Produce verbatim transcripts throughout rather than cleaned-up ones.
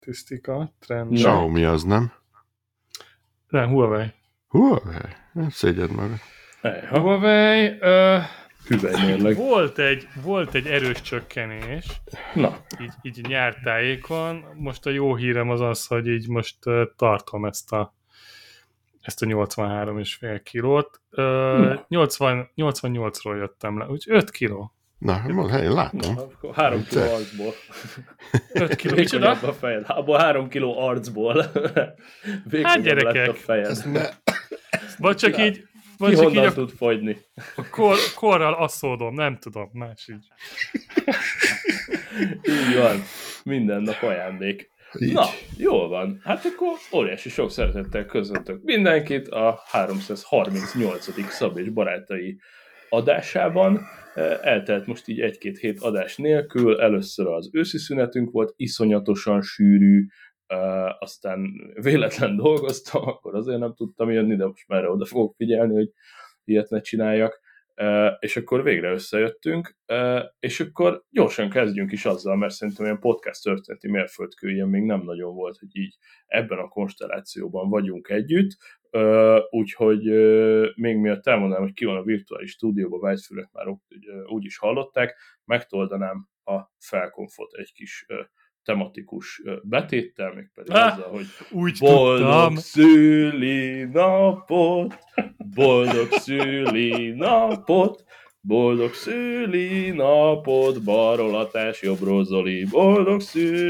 statisztika, trend. Xiaomi az, nem? Nem, Huawei. Huawei? Nem szégyed magad. Huawei... Uh, Hüvelymérleg. Volt egy, volt egy erős csökkenés, Na. Így, így nyártájékon. Most a jó hírem az az, hogy így most uh, tartom ezt a ezt a nyolcvanhárom és fél kilót. Uh, nyolcvan, nyolcvannyolcról jöttem le, úgyhogy öt kiló. Na, mondd, én látom. Na, három kiló arcból. öt kiló, micsoda? A fejed. Abból három kiló arcból. Hát gyerekek. Lett a fejed. Vagy csak így Ki Vagy honnan a, tud fogyni? A kor, korral asszódom, nem tudom, más így. Így van. Minden nap ajándék. Így. Na, jól van. Hát akkor óriási sok szeretettel köszöntök mindenkit a háromszázharmincnyolcadik Szab és Barátai adásában. Eltelt most így egy-két hét adás nélkül. Először az őszi szünetünk volt, iszonyatosan sűrű, Uh, aztán véletlen dolgoztam, akkor azért nem tudtam jönni, de most már oda fogok figyelni, hogy ilyet ne csináljak, uh, és akkor végre összejöttünk, uh, és akkor gyorsan kezdjünk is azzal, mert szerintem ilyen podcast történeti mérföldkő ilyen még nem nagyon volt, hogy így ebben a konstellációban vagyunk együtt, uh, úgyhogy uh, még miatt elmondanám, hogy ki van a virtuális stúdióban, Vájtfülek már úgy, úgy is hallották, megtoldanám a felkonfot egy kis uh, tematikus betéttel, még pedig ah, azzal, hogy úgy boldog tudtam. szülinapot, boldog szülinapot, boldog szülinapot, balról Atás, jobbról Zoli, boldog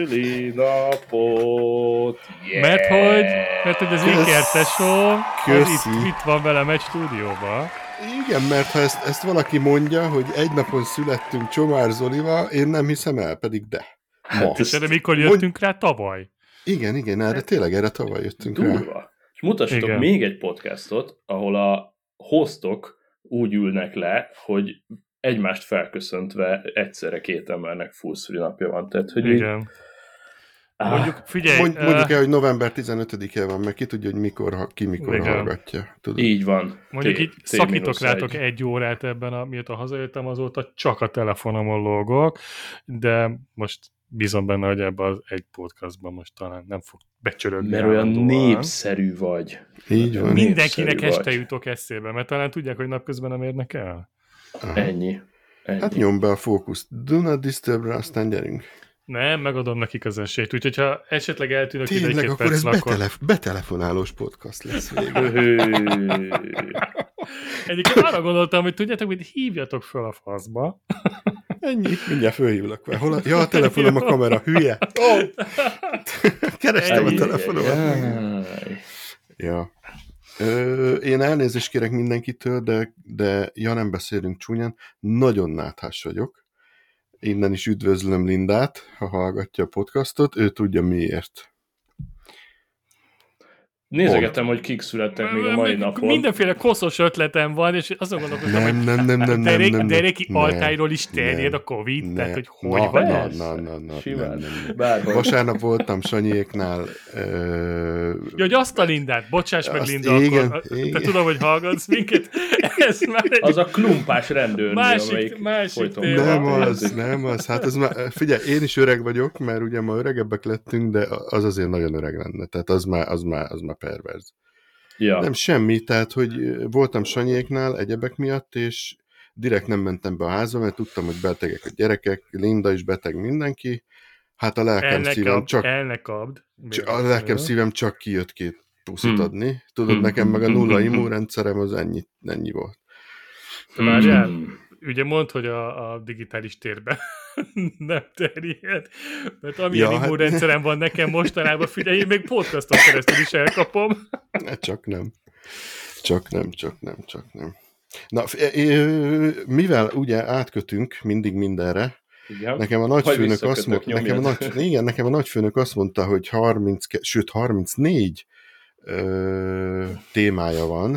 szülinapot. Yeah. Mert hogy, mert hogy az Iker-tesó, itt, itt van velem egy stúdióban. Igen, mert ha ezt, ezt valaki mondja, hogy egy napon születtünk Csomár Zolival, én nem hiszem el, pedig de. Hát és erre mikor jöttünk Mond... rá? Tavaly? Igen, igen, erre tényleg erre tavaly jöttünk Durva. Rá. És mutassatok igen. még egy podcastot, ahol a hostok úgy ülnek le, hogy egymást felköszöntve egyszerre két embernek full szülinapja van. Tehát, hogy igen. Így... Mondjuk, figyelj, Mond, mondjuk el, hogy november tizenötödike van, meg ki tudja, hogy mikor, ki mikor igen. hallgatja. Tudod? Így van. Mondjuk így szakítok rátok egy. egy órát ebben, mióta hazajöttem, azóta csak a telefonomon lógok, de most bízom benne, hogy ebben az egy podcastban most talán nem fog becsörögni. Mert olyan népszerű vagy. Így van. Mindenkinek este jutok eszébe, mert talán tudják, hogy napközben nem érnek el. Aha. Ennyi. Ennyi. Hát nyom be a fókuszt. Do not disturb-ra, aztán gyerünk. Nem, megadom nekik az esélyt. Úgyhogy ha esetleg eltűnök ide egy-két akkor perc, ez betelef- akkor... betelefonálós podcast lesz végül. Egyébként arra gondoltam, hogy tudjátok, hogy hívjatok föl a faszba. Ennyi. Mindjárt fölhívlak vele. Hol a... Ja, a telefonom a kamera. Hülye. Oh! Kerestem a telefonomat. Ja. Ö, én elnézést kérek mindenkitől, de, de ja, nem beszélünk csúnyán. Nagyon náthás vagyok. Innen is üdvözlöm Lindát, ha hallgatja a podcastot, ő tudja miért. Nézegetem, hogy kik születtek még a mai napon. Mindenféle koszos ötletem van, és azon gondolkoztam, nem, nem, nem, nem, hogy nem, Dereki altájról is terjed a Covid, nem, tehát hogy hogy na, van na, ez? Na, na, na, Simán, nem, nem. Vasárnap voltam Sanyiéknál. Ö... Jó, hogy azt a Lindát, bocsáss meg Linda, igen, akkor, igen. te tudom, hogy hallgatsz minket. Ez már egy... Az a klumpás rendőrnő, másik, amelyik másik Nem az, nem az. Hát ez már, figyelj, én is öreg vagyok, mert ugye ma öregebbek lettünk, de az azért nagyon öreg lenne. Tehát az már, az már, az már perverz. Ja. Nem semmi, tehát, hogy voltam Sanyiéknál egyebek miatt, és direkt nem mentem be a házba, mert tudtam, hogy betegek a gyerekek, Linda is beteg, mindenki. Hát a lelkem elne szívem kap, csak... Elne kabd. A lelkem szívem csak kijött két puszit hmm. adni. Tudod, hmm. nekem meg a nulla immunrendszerem az ennyi, ennyi volt. Várjál, hmm. ugye mondd, hogy a, a digitális térben nem terjed, mert amilyen ja, immunrendszerem hát... van nekem mostanában, figyelj, én még podcaston keresztül is elkapom. Ne, csak nem. Csak nem, csak nem, csak nem. Na, mivel ugye átkötünk mindig mindenre, igen. nekem a nagyfőnök azt mondta, nekem a nagy, igen, nekem a nagyfőnök azt mondta, hogy harminc, sőt harmincnégy ö, témája van,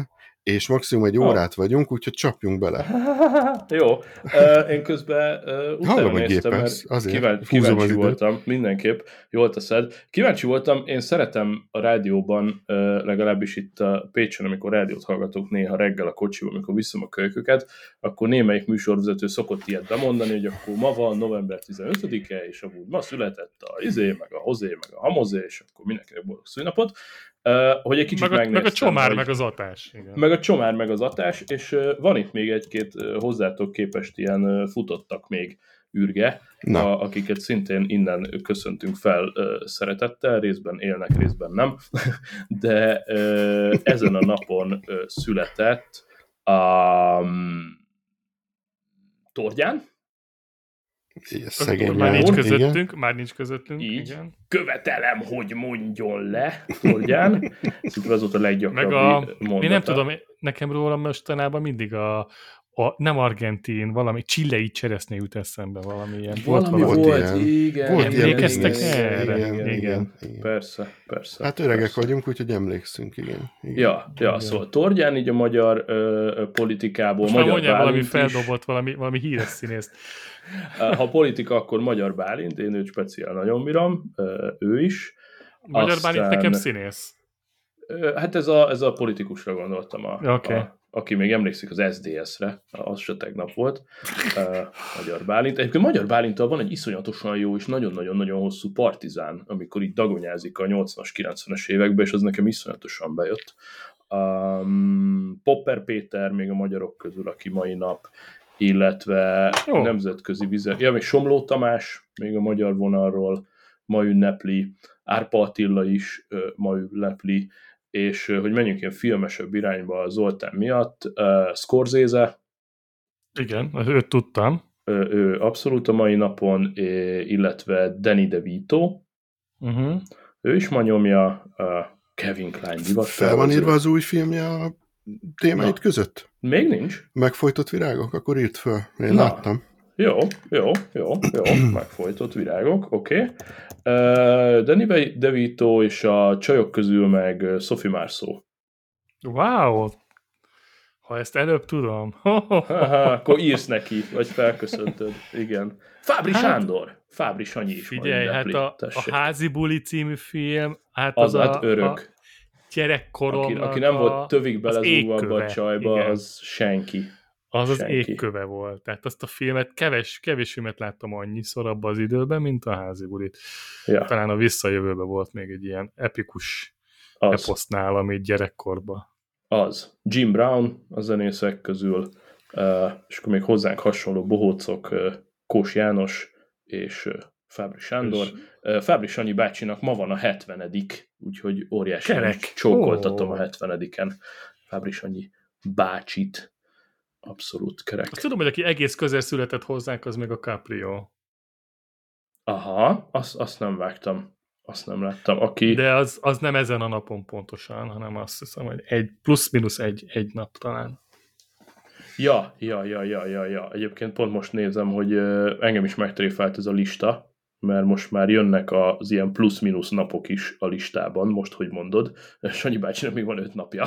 és maximum egy órát oh. vagyunk, úgyhogy csapjunk bele. Jó. Uh, én közben uh, utána néztem, mert kíváncsi, kíváncsi voltam, mindenképp, jól teszed. Kíváncsi voltam, én szeretem a rádióban, uh, legalábbis itt a Pécsen, amikor rádiót hallgatok néha reggel a kocsiban, amikor viszem a kölyköket, akkor némelyik műsorvezető szokott ilyet bemondani, hogy akkor ma van november tizenötödike, és amúgy ma született a izé, meg a hozé, meg a hamozé, és akkor mindenkinek boldog szülinapot. Uh, hogy egy kicsit meg a, megnéztem. Meg a csomár, hogy, meg az atás. Igen. Meg a csomár, meg az atás, és uh, van itt még egy-két uh, hozzátok képest ilyen uh, futottak még űrge, a, akiket szintén innen köszöntünk fel uh, szeretettel, részben élnek, részben nem, de uh, ezen a napon uh, született a um, Tordján. Szegény már nincs közöttünk, igen. már nincs közöttünk. Így. Igen. Követelem, hogy mondjon le, Tordján. Szerintem az volt a leggyakrabbi Meg a, mondata. Én nem tudom, nekem róla mostanában mindig a, a nem argentin, valami csillei cseresznye jut eszembe, valami ilyen. Valami volt, volt ilyen. Igen. Volt emlékeztek ilyen, erre? Igen, Igen, igen, igen. igen. Persze, persze. Hát öregek persze. vagyunk, úgyhogy emlékszünk, igen. igen. Ja, ja igen. Szóval Tordján így a magyar ö, politikából, most magyar mondjál valami is. feldobott, valami, valami híres színészt. Ha politika, akkor Magyar Bálint, én őt speciál nagyon bírom, ő is. Magyar Aztán, Bálint nekem színész. Hát ez a, ez a politikusra gondoltam, a, okay. a, aki még emlékszik az es zé dé es-re, az se tegnap volt, Magyar Bálint. Egyébként Magyar Bálinttal van egy iszonyatosan jó és nagyon-nagyon-nagyon hosszú Partizán, amikor így dagonyázik a nyolcvanas, kilencvenes években, és az nekem iszonyatosan bejött. Um, Popper Péter még a magyarok közül, aki mai nap, illetve oh. nemzetközi vize. Ja, még Somló Tamás, még a magyar vonalról ma ünnepli, Árpa Attila is uh, ma ünnepli, és uh, hogy menjünk ilyen filmesebb irányba Zoltán miatt, uh, Scorsese. Igen, őt tudtam. Uh, ő abszolút a mai napon, illetve Danny DeVito. Uh-huh. Ő is ma nyomja, uh, Kevin Kline divat. Fel van írva az új filmje a témáit között? Még nincs. Megfojtott virágok? Akkor írt föl. Én Na. láttam. Jó, jó, jó, jó. Megfojtott virágok, oké. Okay. Uh, Danny DeVito és a csajok közül meg Sophie Marceau. Wow! Ha ezt előbb tudom. Aha, akkor írsz neki, vagy felköszöntöd. Igen. Fábri hát, Sándor. Fábri Sanyi is figyelj, hát a, a Házi buli című film, hát az, az hát a, örök. A gyerekkoromnak aki, aki nem a, volt tövig belezúgva abba a csajba, igen. Az senki. Az senki. Az égköve volt. Tehát azt a filmet, keves, kevés filmet láttam annyiszor abban az időben, mint a Házi bulit. Ja. Talán a Visszajövőben volt még egy ilyen epikus az. eposznál, ami gyerekkorban. Az. Jim Brown a zenészek közül, és akkor még hozzánk hasonló bohócok, Kós János és Fábri Sándor. És... Fábri Sanyi bácsinak ma van a hetvenedik, úgyhogy óriási csókoltatom oh. a hetvenediken Fábri Sanyi bácsit. Abszolút kerek. Azt tudom, hogy aki egész közel született hozzánk, az még a Caprio. Aha, azt, azt nem vágtam. Azt nem láttam. Aki... De az, az nem ezen a napon pontosan, hanem azt hiszem, hogy egy plusz-minusz egy, egy nap talán. Ja, ja, ja, ja, ja, ja. Egyébként pont most nézem, hogy engem is megtréfált ez a lista, mert most már jönnek az ilyen plusz-minusz napok is a listában, most, hogy mondod. Sanyi bácsinak még van öt napja.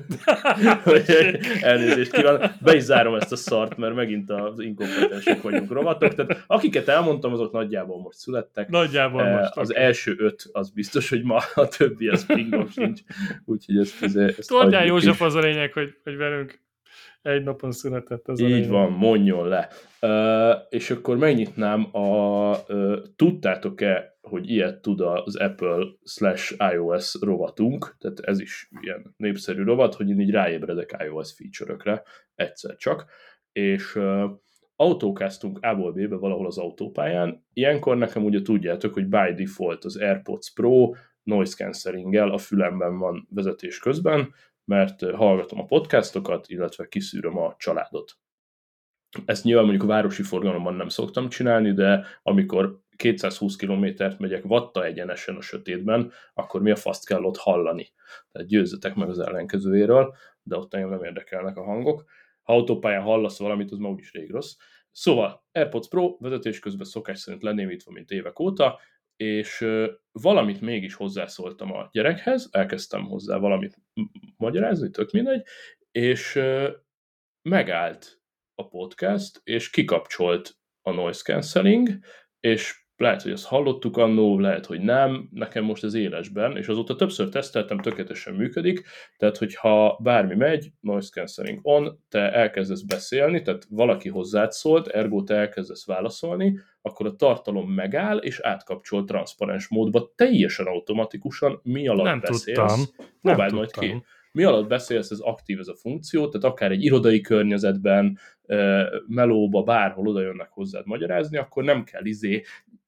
Elnézést kíván. Be is zárom ezt a szart, mert megint az inkompetensek vagyunk rovatok. Tehát akiket elmondtam, azok nagyjából most születtek. Nagyjából eh, most. Az okay. első öt, az biztos, hogy ma, a többi, az pingom sincs. Úgyhogy ezt, ezt, ezt Tordján József is. Az a lényeg, hogy, hogy velünk egy napon született. Ez így van, mondjon le. Uh, és akkor megnyitnám a... Uh, tudtátok-e, hogy ilyet tud az Apple slash iOS rovatunk, tehát ez is ilyen népszerű rovat, hogy én így ráébredek iOS feature-ökre egyszer csak, és uh, autókáztunk A-ból B-be valahol az autópályán. Ilyenkor nekem ugye tudjátok, hogy by default az AirPods Pro noise cancellinggel a fülemben van vezetés közben, mert hallgatom a podcastokat, illetve kiszűröm a családot. Ezt nyilván mondjuk a városi forgalomban nem szoktam csinálni, de amikor kétszázhúsz kilométert megyek vatta egyenesen a sötétben, akkor mi a faszt kell ott hallani. Tehát győzzetek meg az ellenkezőjéről, de ott engem nem érdekelnek a hangok. Ha autópályán hallasz valamit, az ma úgyis rég rossz. Szóval AirPods Pro vezetés közben szokás szerint lenémítva, mint évek óta, és uh, valamit mégis hozzászóltam a gyerekhez, elkezdtem hozzá valamit magyarázni, tök mindegy, és uh, megállt a podcast, és kikapcsolt a noise cancelling, és lehet, hogy ezt hallottuk annó, lehet, hogy nem, nekem most az élesben, és azóta többször teszteltem, tökéletesen működik, tehát hogyha bármi megy, noise cancelling on, te elkezdesz beszélni, tehát valaki hozzád szólt, ergo te elkezdesz válaszolni, akkor a tartalom megáll, és átkapcsol transzparens módba, teljesen automatikusan, mi alatt nem beszélsz. Tudtam. Próbáld majd ki. Mi alatt beszélsz, ez aktív ez a funkció, tehát akár egy irodai környezetben, melóba, bárhol oda jönnek hozzád magyarázni, akkor nem kell izé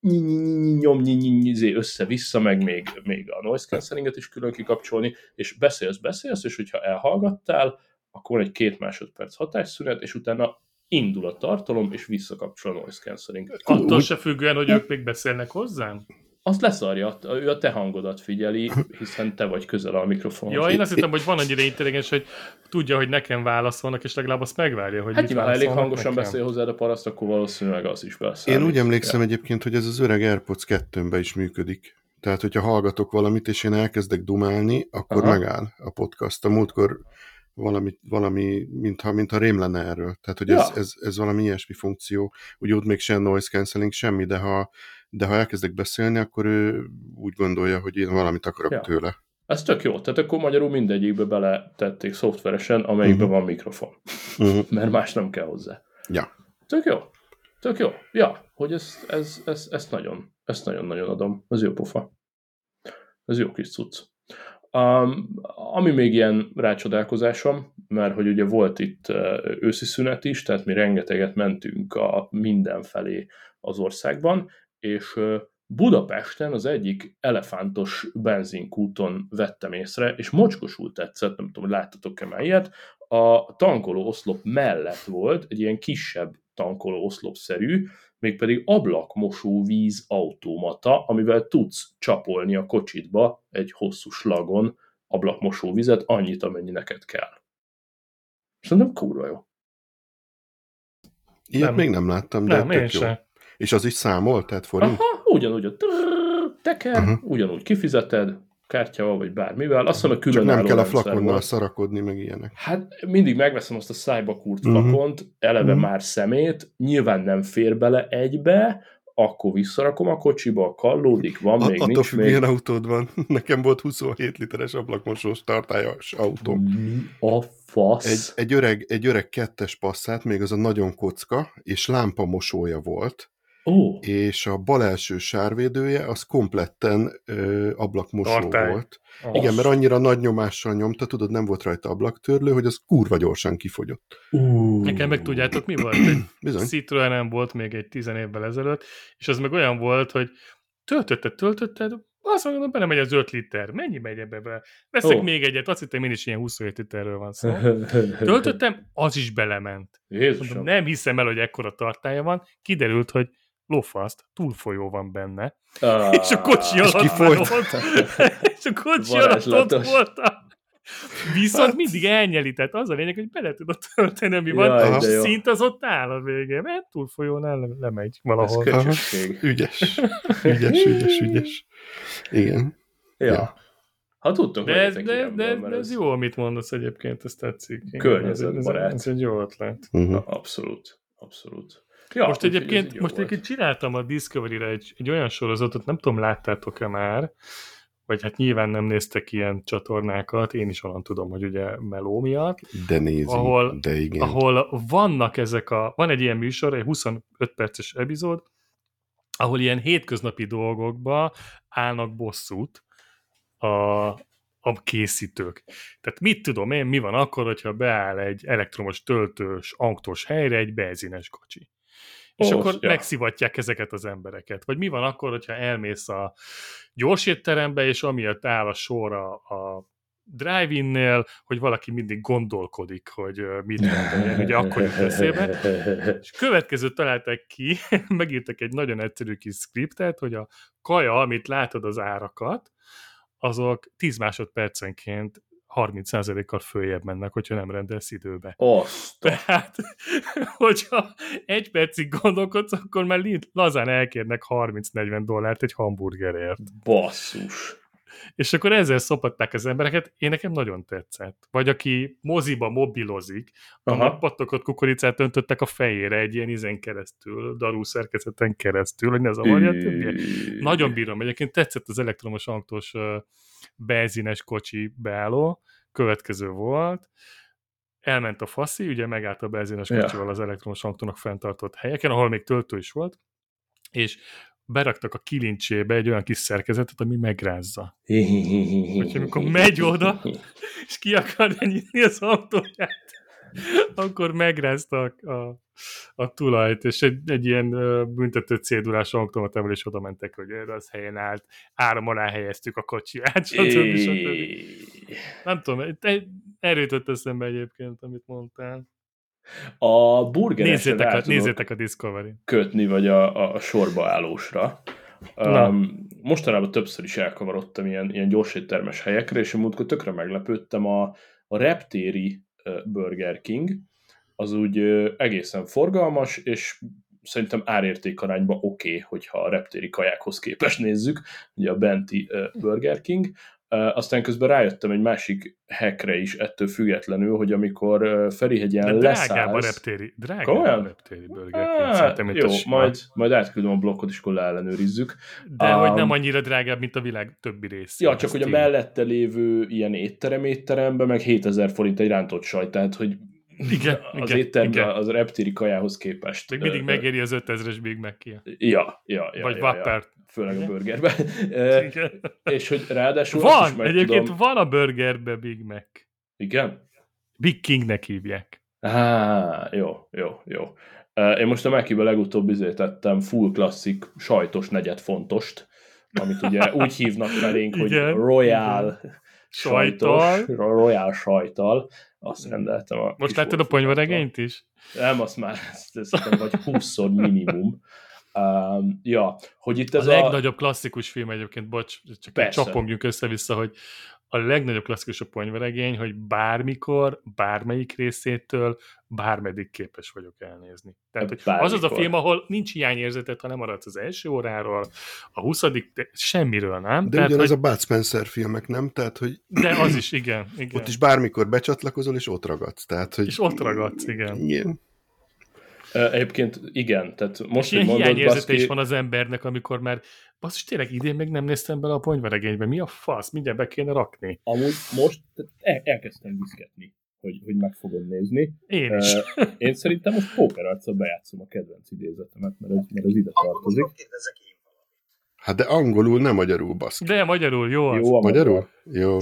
nyomni izé össze-vissza, meg még, még a noise cancellinget is külön kikapcsolni, és beszélsz, beszélsz, és hogyha elhallgattál, akkor egy két másodperc hatásszünet, és utána indul a tartalom, és visszakapcsol a noise cancelling. Attól se függően, hogy ők még beszélnek hozzám? Azt leszarja, ő a te hangodat figyeli, hiszen te vagy közel a mikrofonhoz. Ja, én azt hittem, hogy van annyira intelligens, hogy tudja, hogy nekem válaszolnak, és legalább azt megvárja, hogy hát nyilván, ha elég hangosan nekem. Beszél hozzád a paraszt, akkor valószínűleg az is beszél. Én úgy emlékszem egyébként, hogy ez az öreg AirPods kettőben is működik. Tehát, hogyha hallgatok valamit, és én elkezdek dumálni, akkor aha. megáll a podcast. A múltkor valami, valami mintha, mintha rém lenne erről. Tehát, hogy ja. ez, ez, ez valami ilyesmi funkció. Ugye ott még sem noise cancelling, semmi, de ha de ha elkezdek beszélni, akkor ő úgy gondolja, hogy én valamit akarok ja. tőle. Ez tök jó, tehát akkor magyarul mindegyikbe beletették szoftveresen, amelyikben uh-huh. van mikrofon. Uh-huh. Mert más nem kell hozzá. Ja. Tök jó, tök jó. Ja, hogy ezt, ez, ez, ezt nagyon, ezt nagyon-nagyon adom. Ez jó pofa. Ez jó kis cucc. Um, ami még ilyen rácsodálkozásom, mert hogy ugye volt itt uh, őszi szünet is, tehát mi rengeteget mentünk a mindenfelé az országban, és Budapesten az egyik elefántos benzinkúton vettem észre, és mocskosul tetszett, nem tudom, hogy láttatok-e már ilyet, a tankoló oszlop mellett volt egy ilyen kisebb tankoló oszlopszerű, mégpedig ablakmosó víz automata, amivel tudsz csapolni a kocsitba egy hosszú slagon ablakmosó vizet, annyit, amennyi neked kell. Szerintem kurva jó. Ilyet nem. még nem láttam, de nem, tök jó. Sem. És az is számol, tehát forint? Aha, ugyanúgy a trrr, teker, uh-huh. ugyanúgy kifizeted, kártyával vagy bármivel. Azt mondom, Csak nem kell a flakonnal szarakodni, meg ilyenek. Hát mindig megveszem azt a szájba kúrt uh-huh. flakont, eleve uh-huh. már szemét, nyilván nem fér bele egybe, akkor visszarakom a kocsiba, kallódik, van a, még, attól nincs függ, még. Milyen autód van. Nekem volt huszonhét literes ablakmosós tartályos autóm. Mi a fasz? Egy, egy, öreg, egy öreg kettes passzát, még az a nagyon kocka, és lámpamosója volt. Oh. És a bal első sárvédője az kompletten ö, ablakmosó Tartály. volt. Oh. Igen, mert annyira nagy nyomással nyomta, tudod, nem volt rajta ablaktörlő, hogy az kurva gyorsan kifogyott. Uh. Nekem meg tudjátok, mi volt? Egy Citroenem volt még egy tizen évvel ezelőtt, és az meg olyan volt, hogy töltötted, töltötted, azt mondom, benne megy az öt liter. Mennyi megy ebbe be? Veszek oh. még egyet, azt hittem én is ilyen huszonhét literről van szó. Töltöttem, az is belement. Mondom, nem hiszem el, hogy ekkora tartálya van. Kiderült, hogy lófaszt, túlfolyó van benne. Ah, és a kocsi alatt volt. És a kocsi alatt ott voltam. Viszont hát... mindig elnyeli, tehát az a lényeg, hogy bele tudod tölteni, ami van, jaj, és szint az ott áll a végén, mert túlfolyónál lemegy valahol. Ügyes. Ügyes, ügyes, ügyes. Igen. Ja. ja. Ha tudtunk, de ez, de, de, de, de ez jó, amit mondasz egyébként, ezt tetszik. Környezetbarát. Ez, ez egy jó ötlet. Uh-huh. Abszolút. Abszolút. Ja, most egyébként, most egyébként csináltam a Discovery-re egy, egy olyan sorozatot, nem tudom, láttátok-e már, vagy hát nyilván nem néztek ilyen csatornákat, én is onnan tudom, hogy ugye meló miatt. De nézi, ahol, de igen. Ahol vannak ezek a, van egy ilyen műsor, egy huszonöt perces epizód, ahol ilyen hétköznapi dolgokba állnak bosszút a, a készítők. Tehát mit tudom én, mi van akkor, hogyha beáll egy elektromos töltős autós helyre egy benzines kocsi. És oh, akkor ja. megszivatják ezeket az embereket. Vagy mi van akkor, hogyha elmész a gyorsétterembe, és amiatt áll a sor a, a drive-innél, hogy valaki mindig gondolkodik, hogy mit mondani, ugye akkor jut eszébe. És következőt találták ki, megírtak egy nagyon egyszerű kis skriptet, hogy a kaja, amit látod az árakat, azok tíz másodpercenként harminc százalékkal följebb mennek, hogyha nem rendelsz időbe. Azt. Tehát, hogyha egy percig gondolkodsz, akkor már lazán elkérnek harminc-negyven dollárt egy hamburgerért. Basszus. És akkor ezzel szopatták az embereket, én nekem nagyon tetszett. Vagy aki moziba mobilozik, annak pattogott kukoricát öntöttek a fejére egy ilyen izen keresztül, darú szerkezeten keresztül, hogy ne zavarja a többiek. Nagyon bírom, egyébként tetszett az elektromos autós benzines kocsi beálló, következő volt, elment a faszi, ugye megállt a benzines kocsival ja. az elektromos autónak fenntartott helyeken, ahol még töltő is volt, és beraktak a kilincsébe egy olyan kis szerkezetet, ami megrázza. Úgyhogy amikor megy oda, és ki akarja nyitni az autóját, akkor megrázta a, a, a tulajt, és egy, egy ilyen büntető cédulás automatával is oda mentek, hogy erre az helyen állt, áram alá helyeztük a kocsiját, stb. stb. Nem tudom, erről jutott eszembe egyébként, amit mondtál. A burgeresen nézzétek a, nézzétek a Discovery kötni, vagy a, a sorba állósra. Um, mostanában többször is elkavarodtam ilyen, ilyen gyorséttermes helyekre, és a múltkor tökre meglepődtem, a, a reptéri uh, Burger King, az úgy uh, egészen forgalmas, és szerintem árértékarányban oké, okay, hogyha a reptéri kajákhoz képest nézzük, ugye a benti uh, Burger King. Uh, aztán közben rájöttem egy másik hackre is ettől függetlenül, hogy amikor uh, Ferihegyen leszállsz... Drágább a reptéri, drágább a reptéri Burger King. Ah, jó, majd, majd átküldöm a blokkot, és akkor leellenőrizzük. De um, hogy nem annyira drágább, mint a világ többi rész. Ja, csak hogy a mellette lévő ilyen étterem étteremben meg hétezer forint egy rántott sajt, tehát hogy igen, az igen, étterem igen. az reptéri kajához képest. Még mindig megéri az ötezres Big Mac-ja. Ja, ja, ja. Vagy ja, Whopper. Ja. Főleg a burgerben. És hogy ráadásul... Van, is egyébként tudom... van a burgerbe Big Mac. Igen? Big Kingnek hívják. Á, jó, jó, jó. Én most a Mac-be legutóbb izé tettem full klasszik sajtos negyed fontost, amit ugye úgy hívnak felénk, hogy Royal sajtos, Royal sajttal. Azt rendeltem a... Most láttad a ponyvaregényt is? Nem, azt már ezt, ezt vagy húszszor minimum. Um, ja, hogy itt ez a a... legnagyobb klasszikus film egyébként, bocs, csak csapongjunk össze-vissza, hogy a legnagyobb klasszikus a ponyvaregény, hogy bármikor, bármelyik részétől, bármeddig képes vagyok elnézni. Tehát, hogy az az a film, ahol nincs hiányérzetet, ha nem maradsz az első óráról, a huszadik, semmiről, nem? De Tehát, ugyanez hogy... a Bud Spencer filmek, nem? Tehát, hogy... De az is, igen, igen. Ott is bármikor becsatlakozol, és ott ragadsz. Tehát, hogy... És ott ragadsz, igen. igen. Egyébként igen, tehát most, hogy mondod, hiányérzete baszki... is van az embernek, amikor már basszus, tényleg idén még nem néztem bele a ponyvaregénybe, mi a fasz, mindjárt be kéne rakni. Amúgy most el, elkezdtem viszketni, hogy, hogy meg fogom nézni. Én is. Uh, én szerintem most pókerarccal bejátszom a kedvenc idézetemet, mert ez, mert ez ide tartozik. Hát de angolul, nem magyarul, baszki. De magyarul, jó az. Jó, magyarul? Jó.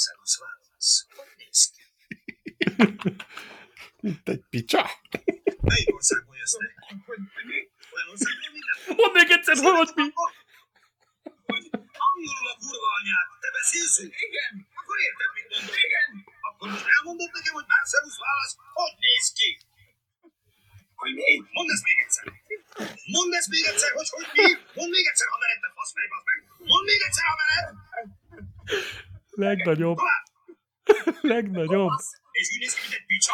Mint egy picsa. Melyik országból jössz te? Hogy mi? Olyan országból minden? Mondd még egyszer, hogy mi? Hogy angolul a kurva anyád. Te beszélsz? Igen. Akkor érted, mit mondod? Igen. Akkor most elmondod nekem, hogy Marcellus Wallace hogy néz ki? Hogy mi? Mondd ezt még egyszer. Mondd ezt még egyszer, hogy hogy mi? Mondd még egyszer, ha mered, te fasz fejbe, meg. Mondd még egyszer, ha mered. Legnagyobb. Legnagyobb. És úgy néz ki, mint egy picsa?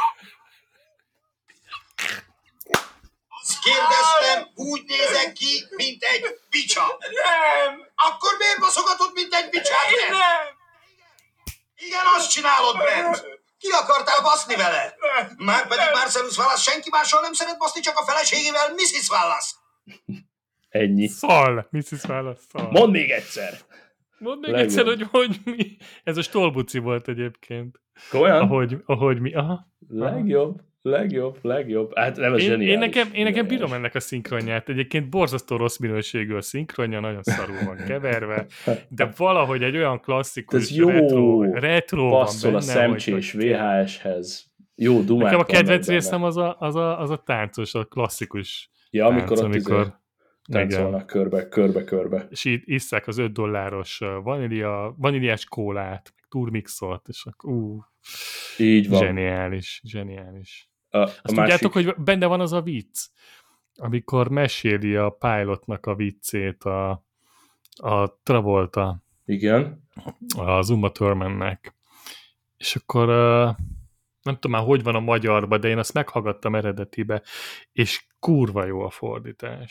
Azt kérdeztem, úgy nézek ki, mint egy picsa. Nem. Akkor miért baszogatod, mint egy picsát? Én nem. Igen, azt csinálod, Brent. Ki akartál baszni vele? Márpedig Marcellus Wallace senki mással nem szeret baszni, csak a feleségével, missus Wallace. Ennyi. Szal, missus Wallace, szal. Mondd még egyszer. Mondd még Legjobb. egyszer, hogy hogy mi. Ez a Stolbuci volt egyébként. Komolyan? Ahogy, ahogy mi. Aha. Legjobb. Legjobb, legjobb. Hát nem ez én, zseniális. Én nekem, én nekem bírom ennek a szinkronját. Egyébként borzasztó rossz minőségű a szinkronja, nagyon szarul van keverve, de valahogy egy olyan klasszikus jó, retro, retro van benne. a szemcsés vé há eshez. Jó dumák. Nekem a kedvenc részem az a, az, a, az a táncos, a klasszikus ja, amikor tánc, ott amikor táncolnak körbe, körbe, körbe. És így isszák az öt dolláros vanília, vaníliás kólát, turmixot, és akkor ú, így van. Zseniális, zseniális. A, a Azt másik... tudjátok, hogy benne van az a vicc, amikor meséli a pilotnak a viccét a, a Travolta. Igen. Az Uma Thurmannek. És akkor nem tudom már, hogy van a magyarban, de én azt meghallgattam eredetibe, és kurva jó a fordítás.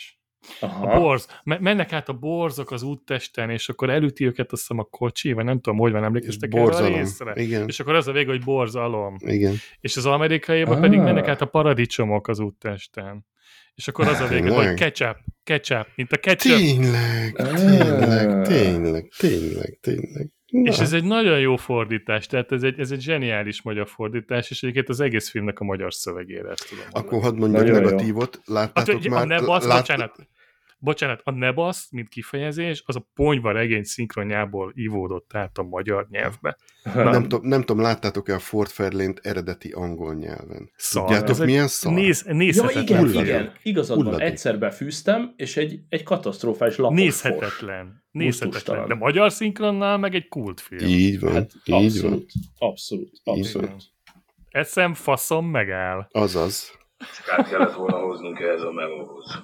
Aha. A borz, mennek át a borzok az úttesten, és akkor elüti őket, azt hiszem a kocsi, vagy nem tudom, hogy van, emlékeztek erre a részre? Igen. És akkor az a vége, hogy borzalom. Igen. És az amerikaiakban ah. pedig mennek át a paradicsomok az úttesten. És akkor az a vége, tényleg? Hogy ketchup, ketchup, mint a ketchup. Tényleg, tényleg, tényleg, tényleg, tényleg. Na. És ez egy nagyon jó fordítás, tehát ez egy, ez egy zseniális magyar fordítás, és egyébként az egész filmnek a magyar szövegére ezt tudom mondani. Akkor hadd mondjak nagyon negatívot, jó. Láttátok hát, már? A nebasz, lát... bocsánat, bocsánat, a nebasz, mint kifejezés, az a ponyva regény szinkronjából ivódott át a magyar nyelvbe. Nem, nem, tudom, nem tudom, láttátok-e a Ford Fairlane eredeti angol nyelven? Szar. Tudjátok, milyen szar? Néz, nézhetetlen. Ja, igen, igen. Igazad van, egyszer befűztem, és egy, egy katasztrófás lapos nézhetetlen. Fors. Nézhetetlen. De magyar szinkronnál meg egy kultfilm. Így van, hát így abszolút, van. Abszolút, abszolút. abszolút. Eszem, faszom, megáll. Azaz. Át kellett volna hoznunk ehhez a melóhoz.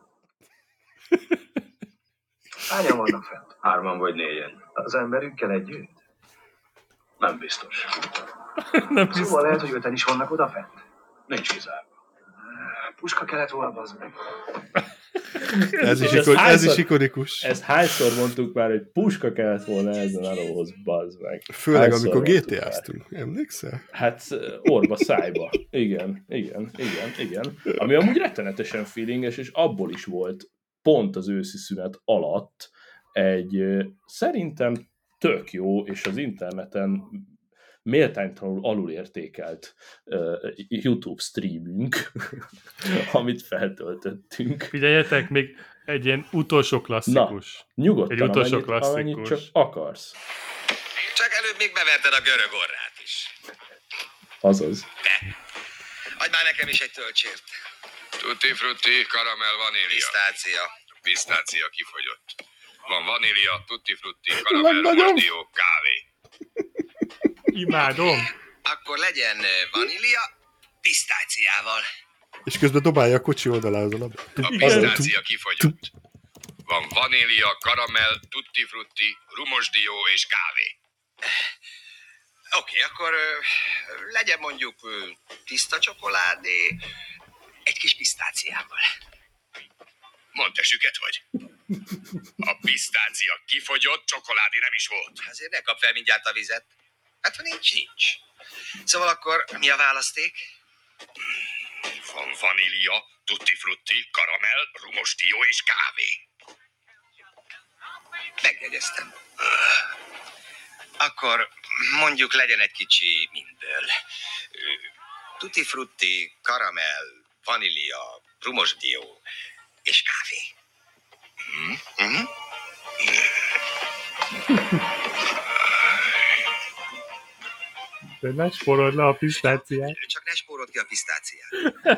Hányan vannak fent? Hárman vagy négyen. Az emberükkel együtt? Nem biztos. Nem biztos. Szóval lehet, hogy öten is vannak odafent? Nincs kizárva. Puska kellett volna, bazd meg. Ez, is, ikon, hányszor, ez is ikonikus. Ezt hányszor mondtuk már, hogy puska kellett volna ezen a melóhoz, bazd meg. Főleg, hányszor amikor gé té á-ztunk, emlékszel? Hát orba szájba. Igen, igen, igen, igen. Ami amúgy rettenetesen feelinges, és abból is volt pont az őszi szünet alatt egy szerintem tök jó, és az interneten méltánytalanul alulértékelt uh, YouTube streamünk, amit feltöltöttünk. Figyeljetek, még egy ilyen utolsó klasszikus. Na, nyugodtan, egy utolsó amennyit, klasszikus. amennyit csak akarsz. Csak előbb még beverted a görög orrát is. Azaz. De. Adj már nekem is egy töltsért. Tutti frutti, karamell, vanília. Pisztácia. Pisztácia kifogyott. Van vanília, tutti frutti, karamell, romosdió, kávé. Imádom. Akkor legyen vanília pisztáciával. És közben dobálja a kocsi oldalához a labdát. A pisztácia kifogyott. Van vanília, karamell, tutti frutti, rumosdió és kávé. Oké, okay, akkor legyen mondjuk tiszta csokoládé, egy kis pisztáciával. Mondd, te süket vagy? A pisztácia kifogyott, csokoládé nem is volt. Azért ne kap fel mindjárt a vizet. Hát ha nincs, nincs. Szóval akkor mi a választék? Van vanília, tutti frutti, karamell, rumosdió és kávé. Megjegyeztem. Akkor mondjuk legyen egy kicsi mindből. Tutti frutti, karamell, vanília, rumosdió és kávé. Mm-hmm. De ne spórod le a pisztáciát. Csak ne spórod ki a pisztáciát.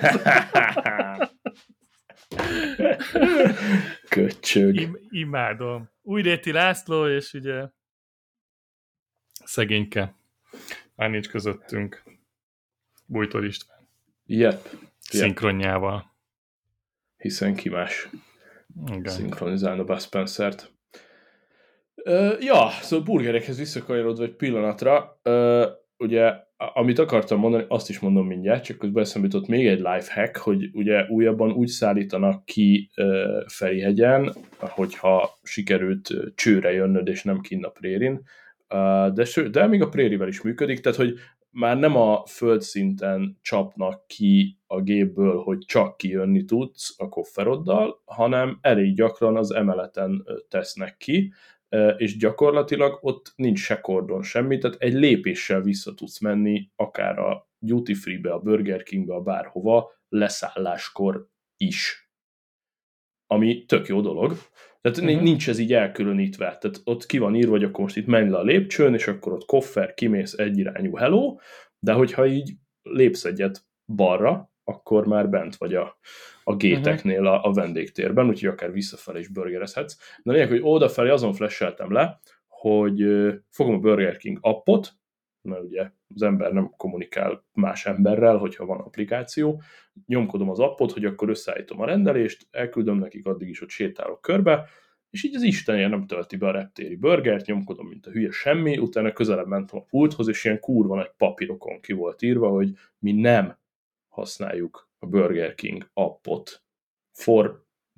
Köcsög. Im- imádom. Újréti László, és ugye szegényke. Már nincs közöttünk. Bújtor István. Yep. Szinkronjával. Hiszen ki más Igen. szinkronizálna Bud Spencert. Uh, ja, szóval burgerekhez visszakanyarodva egy pillanatra, uh, ugye, amit akartam mondani, azt is mondom mindjárt, csak közben eszembe jutott még egy lifehack, hogy ugye újabban úgy szállítanak ki uh, Ferihegyen, hogyha sikerült uh, csőre jönnöd, és nem kinn a prérin, uh, de, ső, de még a prérivel is működik, tehát, hogy már nem a földszinten csapnak ki a gépből, hogy csak kijönni tudsz a kofferoddal, hanem elég gyakran az emeleten tesznek ki, és gyakorlatilag ott nincs se kordon semmi, tehát egy lépéssel vissza tudsz menni akár a Duty Free-be, a Burger King-be, a bárhova, leszálláskor is. Ami tök jó dolog. Tehát uh-huh. nincs ez így elkülönítve. Tehát ott ki van írva, hogy akkor most itt menj le a lépcsőn, és akkor ott koffer, kimész egyirányú hello, de hogyha így lépsz egyet balra, akkor már bent vagy a, a géteknél a, a vendégtérben, úgyhogy akár visszafelé is burgerezhetsz. De lényeg, hogy odafelé azon flasheltem le, hogy fogom a Burger King appot, mert ugye az ember nem kommunikál más emberrel, hogyha van applikáció, nyomkodom az appot, hogy akkor összeállítom a rendelést, elküldöm nekik, addig is ott sétálok körbe, és így az istenért nem tölti be a reptéri burgert, nyomkodom, mint a hülye semmi, utána közelebb mentem a pulthoz, és ilyen kurva nagy papírokon ki volt írva, hogy mi nem használjuk a Burger King appot for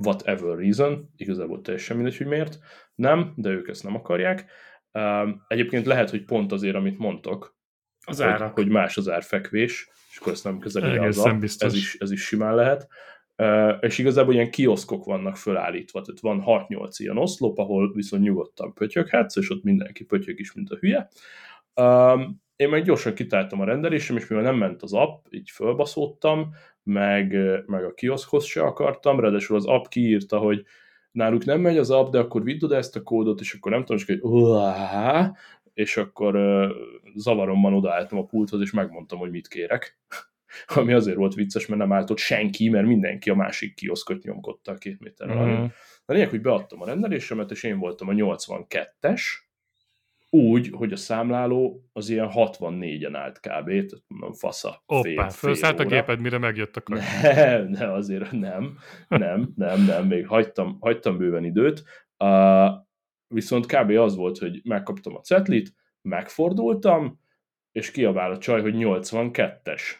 whatever reason, igazából teljesen mindegy, hogy miért nem, de ők ezt nem akarják. Egyébként lehet, hogy pont azért, amit mondtok, az hogy, árak. hogy más az árfekvés, és akkor ezt nem kezeli az app, ez is, ez is simán lehet. Uh, és igazából ilyen kioszkok vannak fölállítva, tehát van hat-nyolc ilyen oszlop, ahol viszont nyugodtan pötyöghetsz, és ott mindenki pötyög is, mint a hülye. Um, én meg gyorsan kitáltam a rendelésem, és mivel nem ment az app, így fölbaszódtam, meg, meg a kioszkhoz se akartam, ráadásul az app kiírta, hogy náluk nem megy az app, de akkor vidd oda ezt a kódot, és akkor nem tudom, és hogy és akkor uh, zavaromban odaálltam a pulthoz, és megmondtam, hogy mit kérek. Ami azért volt vicces, mert nem állt ott senki, mert mindenki a másik kioszkot nyomkodta a két méterrel. Mm. De lényeg, hogy beadtam a rendelésemet, és én voltam a nyolcvankettes, úgy, hogy a számláló az ilyen hatvannégyen állt kb. Tehát mondom, fasza. Hoppá, felszállt a géped, mire megjött a kar. Nem, ne, azért nem, nem, nem, nem, még hagytam, hagytam bőven időt. Uh, viszont kb. Az volt, hogy megkaptam a cetlit, megfordultam, és kiabál a csaj, hogy nyolcvankettes.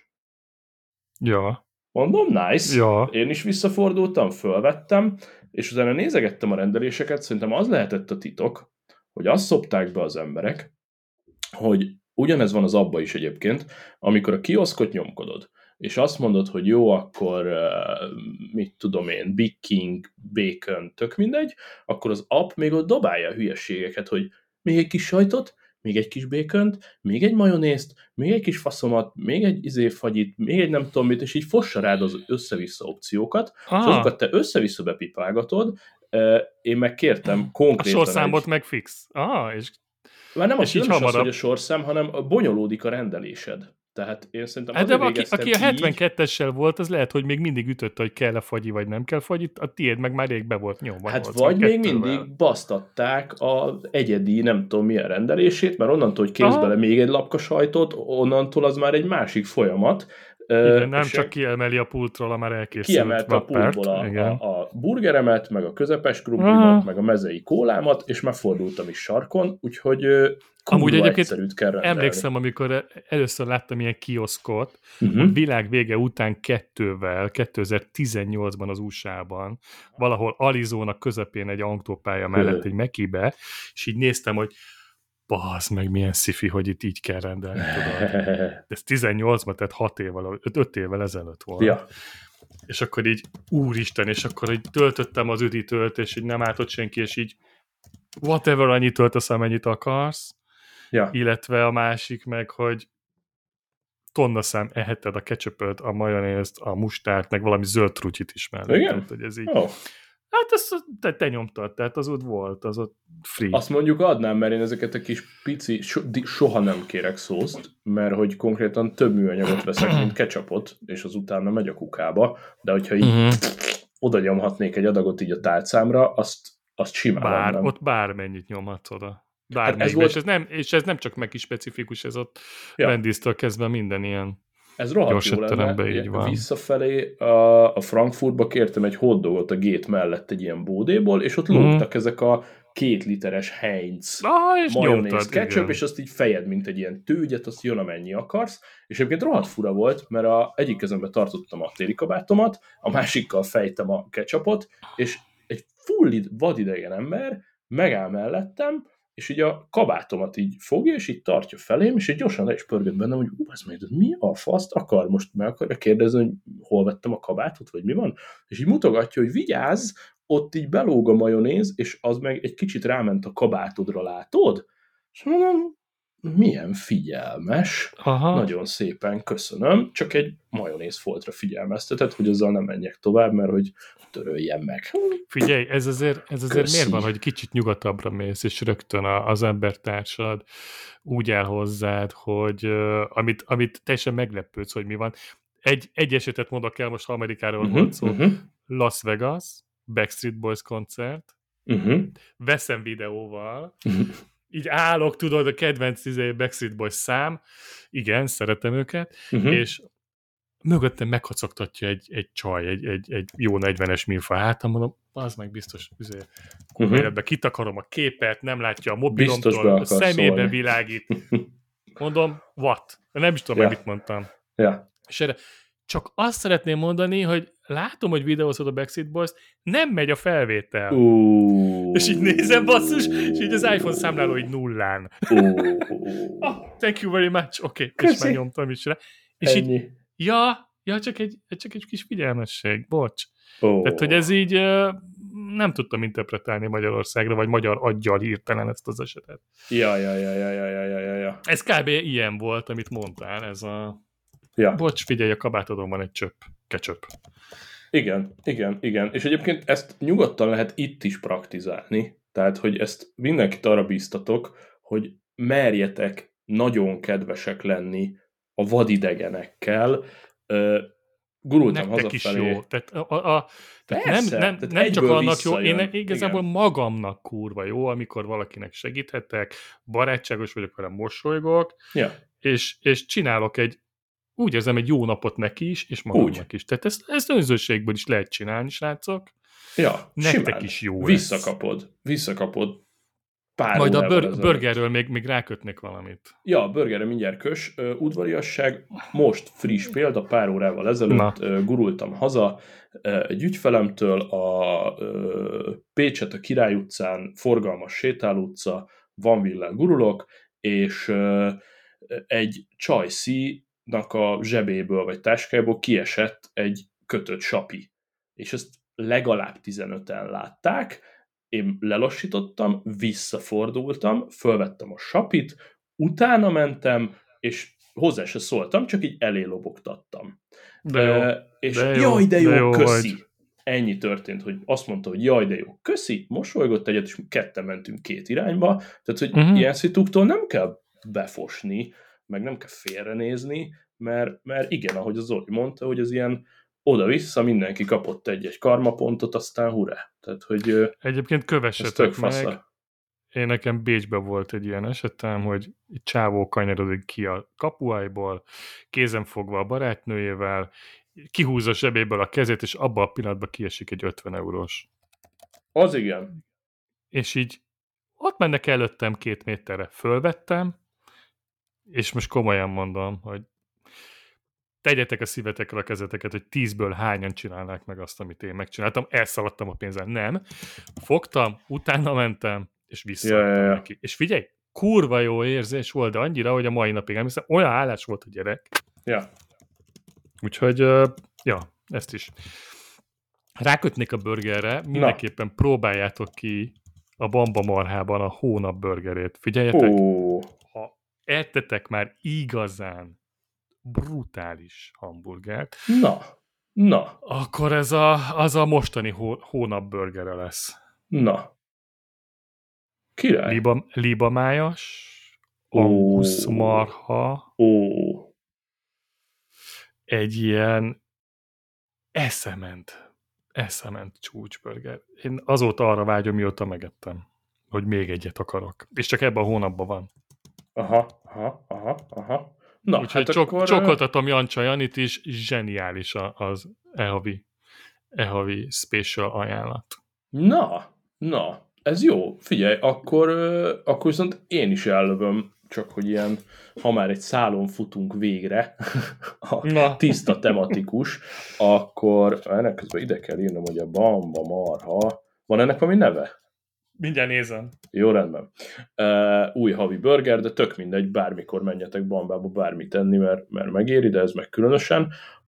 Ja. Mondom, nice. Ja. Én is visszafordultam, fölvettem, és utána nézegettem a rendeléseket, szerintem az lehetett a titok, hogy azt szopták be az emberek, hogy ugyanez van az abba is egyébként, amikor a kioszkot nyomkodod, és azt mondod, hogy jó, akkor uh, mit tudom én, Big King, bacon, tök mindegy, akkor az app még ott dobálja a hülyeségeket, hogy még egy kis sajtot, még egy kis békönt, még egy majonézt, még egy kis faszomat, még egy izé fagyit, még egy nem tudom mit, és így fossa rád az össze-vissza opciókat, ah. és azokat te össze-vissza bepipálgatod, én meg kértem konkrétan... A sorszámot egy... meg fix. Ah, és... Már nem, az, nem is az, hogy a sorszám, hanem bonyolódik a rendelésed. Tehát én szerintem hát de aki, aki a hetvenkettessel volt, az lehet, hogy még mindig ütötte, hogy kell a fagyi, vagy nem kell fagyi, a tiéd meg már rég be volt nyomva. Hát vagy még mindig basztatták az egyedi, nem tudom milyen rendelését, mert onnantól, hogy kész bele még egy lapka sajtot, onnantól az már egy másik folyamat. Igen, nem csak kiemeli a pultról, a már elkészült kiemelte a pultból a, a, a burgeremet, meg a közepes krumplimat, ah. meg a mezei kólámat, és már fordultam is sarkon, úgyhogy amúgy egyébként kell emlékszem, amikor először láttam ilyen kioszkot, uh-huh. a világ vége után kettővel, kétezer-tizennyolcban az u es á-ban, valahol Arizona közepén egy autópálya mellett uh-huh. egy Mekibe, és így néztem, hogy bazd meg, milyen szifi, hogy itt így kell rendelni, tudod. De ez tizennyolcban, tehát hat évvel, öt évvel ezelőtt volt. Ja. És akkor így, úristen, és akkor így töltöttem az üdítőt, és így nem állt ott senki, és így whatever, annyit töltesz, amennyit akarsz. Ja. Illetve a másik meg, hogy tonnaszám eheted a ketchupöt, a majonézt, a mustárt, meg valami zöld trutyit is mellett. Igen? Tehát, hogy ez így... Oh. Hát ezt te, te nyomtad, tehát az ott volt, az ott free. Azt mondjuk adnám, mert én ezeket a kis pici, so, di, soha nem kérek szószt, mert hogy konkrétan több műanyagot veszek, mint ketchupot, és az utána megy a kukába, de hogyha így uh-huh. oda nyomhatnék egy adagot így a tálcámra, azt, azt simán Bár, adnám. Ott bármennyit nyomhatsz oda. Hát ez volt... és, ez nem, és ez nem csak meg is specifikus, ez ott ja. Wendy's-től kezdve minden ilyen ez rohadt jó lenne. Így van. Visszafelé a, a Frankfurtba kértem egy hotdogot a gét mellett egy ilyen bódéból, és ott mm. lógtak ezek a két literes Heinz ah, majonéz ketchup, és azt így fejed, mint egy ilyen tőgyet, azt jön amennyi akarsz, és egyébként rohadt fura volt, mert a egyik kezembe tartottam a téli kabátomat, a másikkal fejtem a ketchupot, és egy full vadidegen ember megáll mellettem, és így a kabátomat így fogja, és így tartja felém, és így gyorsan le is pörgött bennem, hogy ú, ez majd mi a faszt akar, most meg akarja kérdezni, hogy hol vettem a kabátot, vagy mi van? És így mutogatja, hogy vigyázz, ott így belóg a majonéz, és az meg egy kicsit ráment a kabátodra, látod? És mondom, milyen figyelmes. Aha. Nagyon szépen köszönöm, csak egy majonéz foltra figyelmeztetett, hogy azzal nem menjek tovább, mert hogy töröljem meg. Figyelj, ez azért, ez azért miért van, hogy kicsit nyugatabbra mész, és rögtön az embertársad úgy áll hozzád, hogy uh, amit, amit teljesen meglepődsz, hogy mi van. Egy, egy esetet mondok el, most Amerikáról uh-huh, volt szó. Uh-huh. Las Vegas, Backstreet Boys koncert, uh-huh. veszem videóval, uh-huh. így állok, tudod, a kedvenc Backstreet Boys szám, igen, szeretem őket, uh-huh. és mögöttem meghacogtatja egy, egy csaj, egy, egy, egy jó negyvenes milfa hátam, mondom, az meg biztos, azért, uh-huh. kitakarom a képet, nem látja a mobilomtól, a szemébe szólni. Világít. Mondom, what? Nem is tudom, ja. mit mondtam. Ja. És erre csak azt szeretném mondani, hogy látom, hogy videózod a Backstreet Boys-t, nem megy a felvétel. Uh, És így nézem, basszus, és így az iPhone számláló így nullán. Uh, oh, thank you very much. Oké, okay, és már nyomtam is rá. És Ennyi. így, ja, ja csak, egy, csak egy kis figyelmesség, bocs. Oh. Tehát, hogy ez így uh, nem tudtam interpretálni Magyarországra, vagy magyar aggyal hirtelen ezt az esetet. Ja, ja, ja, ja, ja, ja, ja, ja. Ez kb. Ilyen volt, amit mondtál, ez a... Ja. Bocs, figyelj, a kabátodon van egy csöpp, kecsöp. Igen, igen, igen. És egyébként ezt nyugodtan lehet itt is praktizálni. Tehát, hogy ezt mindenkit arra bíztatok, hogy merjetek nagyon kedvesek lenni a vadidegenekkel. Uh, gurultam nektek hazafelé. is jó. Tehát, a, a, a, tehát Persze, nem, nem, tehát nem csak annak jó, visszajön. én igazából Igen. magamnak kurva jó, amikor valakinek segíthetek, barátságos vagyok vele, mosolygok, Ja. és, és csinálok egy, úgy érzem, egy jó napot neki is, és magamnak úgy. is. Tehát ezt, ezt önzőségből is lehet csinálni, srácok. Ja, nektek simán. is jó Visszakapod. Ez. Visszakapod. Pár Majd a bur- burgerről még, még rákötnék valamit. Ja, a burgerre mindjárt kös. Uh, udvariasság, most friss példa, pár órával ezelőtt uh, gurultam haza uh, egy ügyfelemtől, a uh, Pécset a Király utcán forgalmas sétálóutca, van villán gurulok, és uh, egy csajszínak a zsebéből vagy táskájából kiesett egy kötött sapi. És ezt legalább tizenöten látták, én lelassítottam, visszafordultam, fölvettem a sapit, utána mentem, és hozzá se szóltam, csak így elé lobogtattam. De jó, e, és de jó, jaj, de jó, de jó köszi. vagy. Ennyi történt, hogy azt mondta, hogy jaj, de jó, köszi, mosolygott egyet, és ketten mentünk két irányba, tehát, hogy uh-huh. ilyen szituktól nem kell befosni, meg nem kell félrenézni, mert, mert igen, ahogy az Zoli mondta, hogy az ilyen oda-vissza mindenki kapott egy-egy karmapontot, aztán hurrá. Tehát, hogy egyébként kövessetek meg. Én nekem Bécsben volt egy ilyen esetem, hogy egy csávó kanyarodik ki a kapuájból, kézen fogva a barátnőjével, kihúzza a zsebéből a kezét, és abban a pillanatban kiesik egy ötven eurós. Az igen. És így ott mennek előttem két méterre, fölvettem, és most komolyan mondom, hogy tegyetek a szívetekre a kezeteket, hogy tízből hányan csinálnák meg azt, amit én megcsináltam. Elszaladtam a pénzzel. Nem. Fogtam, utána mentem, és visszaadtam ja, ja, ja. neki. És figyelj, kurva jó érzés volt, de annyira, hogy a mai napig nem hiszem, olyan állás volt a gyerek. Ja. Úgyhogy, ja, ezt is. Rákötnék a burgerre, mindenképpen Na. próbáljátok ki a Bamba Marhában a hónap burgerét. Figyeljetek, oh. ha ettetek már igazán brutális hamburgert, Na, na. akkor ez a, az a mostani hó, hónap burgere lesz. Na. Király. Liba, libamájas, oh. angusz marha, oh. egy ilyen eszement, eszement csúcsburger. Én azóta arra vágyom, mióta megettem, hogy még egyet akarok. És csak ebben a hónapban van. Aha, aha, aha, aha. Na, úgyhogy hát csok, akkor... csokoltatom Jancsa Janit is, zseniális az e-havi, e-havi special ajánlat. Na, na, ez jó. Figyelj, akkor, akkor viszont én is ellövöm, csak hogy ilyen, ha már egy szálon futunk végre, a na. tiszta tematikus, akkor ennek közben ide kell írnom, hogy a Bamba Marha, van ennek valami neve? Mindjárt nézem. Jó, rendben. Uh, új havi burger, de tök mindegy, bármikor menjetek Bambába bármit enni, mert, mert megéri, de ez meg különösen.